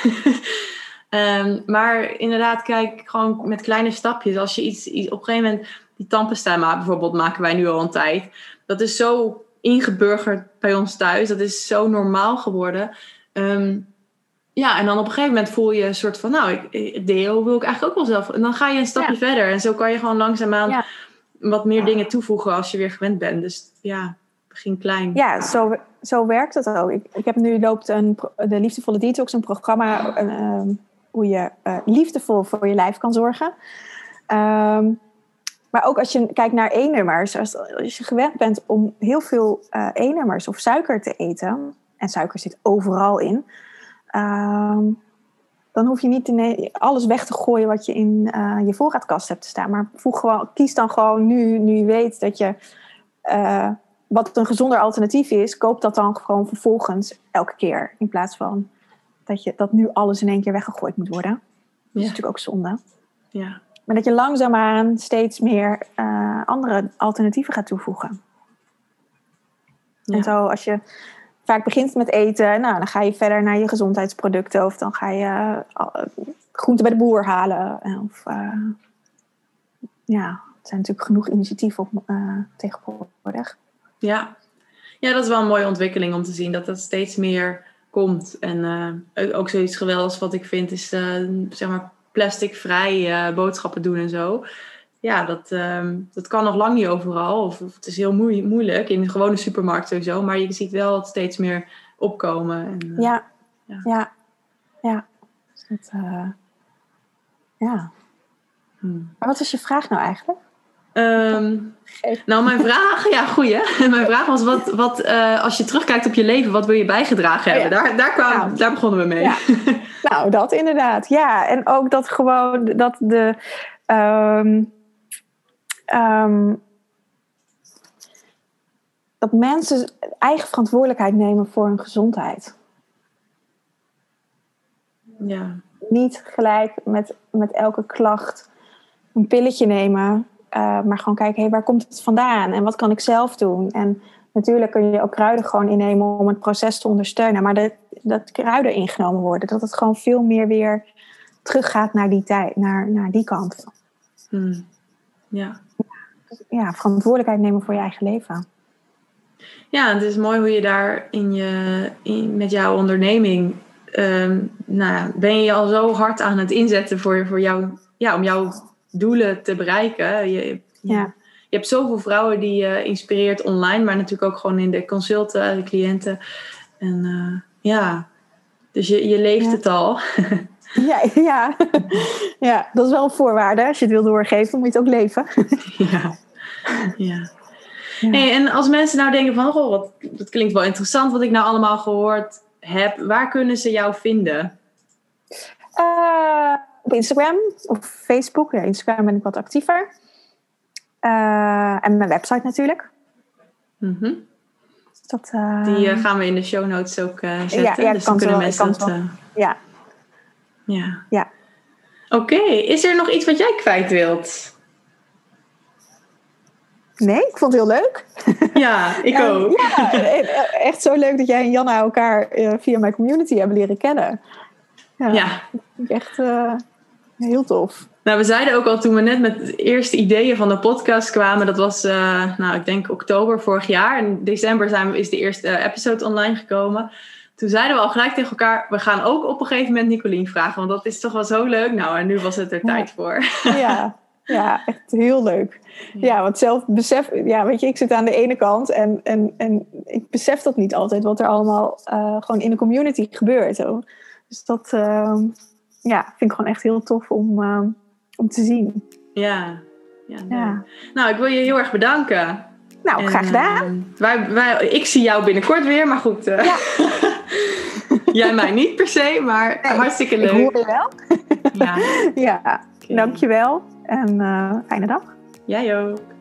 Maar inderdaad, kijk, gewoon met kleine stapjes. Als je iets op een gegeven moment, die tandpasta bijvoorbeeld maken wij nu al een tijd. Dat is zo ingeburgerd bij ons thuis. Dat is zo normaal geworden. En dan op een gegeven moment voel je een soort van, deo wil ik eigenlijk ook wel zelf. En dan ga je een stapje verder. En zo kan je gewoon langzaamaan wat meer dingen toevoegen als je weer gewend bent. Dus begin klein. Ja, zo werkt het ook. Ik heb nu loopt de Liefdevolle Detox, een programma hoe je liefdevol voor je lijf kan zorgen. Maar ook als je kijkt naar E-nummers. Als je gewend bent om heel veel E-nummers of suiker te eten. En suiker zit overal in. Dan hoef je niet alles weg te gooien wat je in je voorraadkast hebt te staan. Maar kies dan gewoon nu je weet dat je... wat een gezonder alternatief is, koop dat dan gewoon vervolgens elke keer. In plaats van dat nu alles in één keer weggegooid moet worden. Dat is natuurlijk ook zonde. Ja. Maar dat je langzaamaan steeds meer andere alternatieven gaat toevoegen. Ja. En zo als je vaak begint met eten, dan ga je verder naar je gezondheidsproducten. Of dan ga je groenten bij de boer halen. Of, er zijn natuurlijk genoeg initiatieven tegenwoordig. Ja, dat is wel een mooie ontwikkeling om te zien dat steeds meer komt. En ook zoiets geweldigs wat ik vind is zeg maar plasticvrij boodschappen doen en zo. Ja, dat kan nog lang niet overal. Of het is heel moeilijk in de gewone supermarkt sowieso. Maar je ziet wel het steeds meer opkomen. En, Ja. Maar wat was je vraag nou eigenlijk? Nou, mijn vraag... Ja, goeie. Mijn vraag was, wat als je terugkijkt op je leven, wat wil je bijgedragen hebben? Daar begonnen we mee. Ja. Nou, dat inderdaad. Ja, en ook dat gewoon... dat de... dat mensen eigen verantwoordelijkheid nemen voor hun gezondheid. Ja. Niet gelijk met elke klacht een pilletje nemen... maar gewoon kijken, waar komt het vandaan? En wat kan ik zelf doen? En natuurlijk kun je ook kruiden gewoon innemen om het proces te ondersteunen. Maar dat kruiden ingenomen worden. Dat het gewoon veel meer weer teruggaat naar die tijd, naar die kant. Ja. Ja, verantwoordelijkheid nemen voor je eigen leven. Ja, het is mooi hoe je daar met jouw onderneming... ben je al zo hard aan het inzetten voor jou, om jouw doelen te bereiken. Je hebt zoveel vrouwen die je inspireert online, maar natuurlijk ook gewoon in de consulten, de cliënten. En dus je leeft het al. Ja, dat is wel een voorwaarde. Als je het wil doorgeven, moet je het ook leven. Ja. Hey, en als mensen nou denken van, dat klinkt wel interessant wat ik nou allemaal gehoord heb. Waar kunnen ze jou vinden? Op Instagram of Facebook. Ja, Instagram ben ik wat actiever. En mijn website natuurlijk. Mm-hmm. Dat, die gaan we in de show notes ook zetten. Ja, dus dan kunnen mensen dat... Ja. Oké, is er nog iets wat jij kwijt wilt? Nee, ik vond het heel leuk. Ja, ik ook. Ja, echt zo leuk dat jij en Janna elkaar via mijn community hebben leren kennen. Ja. Dat vind ik echt heel tof. Nou, we zeiden ook al toen we net met de eerste ideeën van de podcast kwamen. Dat was, ik denk oktober vorig jaar. In december is de eerste episode online gekomen. Toen zeiden we al gelijk tegen elkaar, we gaan ook op een gegeven moment Nicolien vragen. Want dat is toch wel zo leuk. Nou, en nu was het er tijd voor. Ja, echt heel leuk. Ja, want zelf besef... Ja, weet je, ik zit aan de ene kant en ik besef dat niet altijd. Wat er allemaal gewoon in de community gebeurt. Zo. Dus dat vind ik gewoon echt heel tof om te zien. Ja. Nou, ik wil je heel erg bedanken. Nou, graag gedaan. Ik zie jou binnenkort weer, maar goed. Jij mij niet per se, maar hartstikke leuk. Ik hoor je wel. Ja. Okay. Dankjewel. En fijne dag. Jij ook.